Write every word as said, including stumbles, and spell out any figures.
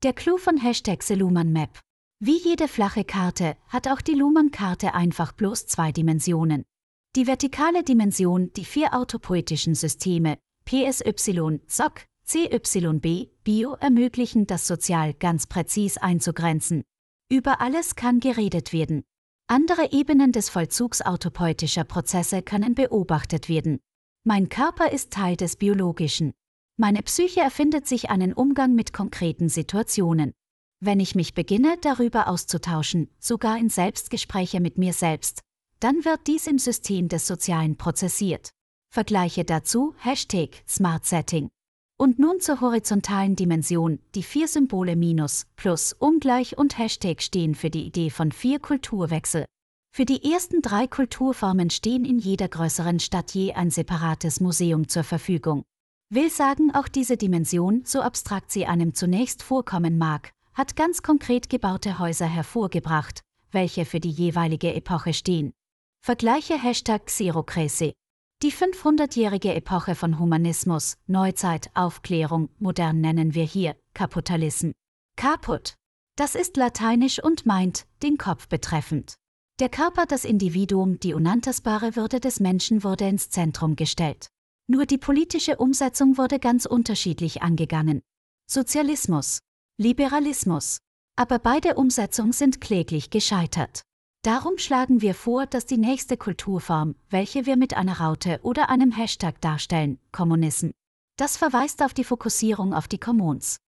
Der Clou von Hashtag The Luhmann Map. Wie jede flache Karte hat auch die Luhmann-Karte einfach bloß zwei Dimensionen. Die vertikale Dimension, die vier autopoetischen Systeme, P S Y, S O C, C Y B, Bio ermöglichen, das sozial ganz präzis einzugrenzen. Über alles kann geredet werden. Andere Ebenen des Vollzugs autopoetischer Prozesse können beobachtet werden. Mein Körper ist Teil des Biologischen. Meine Psyche erfindet sich einen Umgang mit konkreten Situationen. Wenn ich mich beginne, darüber auszutauschen, sogar in Selbstgespräche mit mir selbst, dann wird dies im System des Sozialen prozessiert. Vergleiche dazu Hashtag Smart Setting. Und nun zur horizontalen Dimension, die vier Symbole Minus, Plus, Ungleich und Hashtag stehen für die Idee von vier Kulturwechsel. Für die ersten drei Kulturformen stehen in jeder größeren Stadt je ein separates Museum zur Verfügung. Will sagen, auch diese Dimension, so abstrakt sie einem zunächst vorkommen mag, hat ganz konkret gebaute Häuser hervorgebracht, welche für die jeweilige Epoche stehen. Vergleiche Hashtag Xerocracy. Die fünfhundertjährige Epoche von Humanismus, Neuzeit, Aufklärung, modern nennen wir hier Kapitalismus. Caput. Das ist lateinisch und meint, den Kopf betreffend. Der Körper, das Individuum, die unantastbare Würde des Menschen wurde ins Zentrum gestellt. Nur die politische Umsetzung wurde ganz unterschiedlich angegangen. Sozialismus, Liberalismus. Aber beide Umsetzungen sind kläglich gescheitert. Darum schlagen wir vor, dass die nächste Kulturform, welche wir mit einer Raute oder einem Hashtag darstellen, Kommunismus. Das verweist auf die Fokussierung auf die Commons.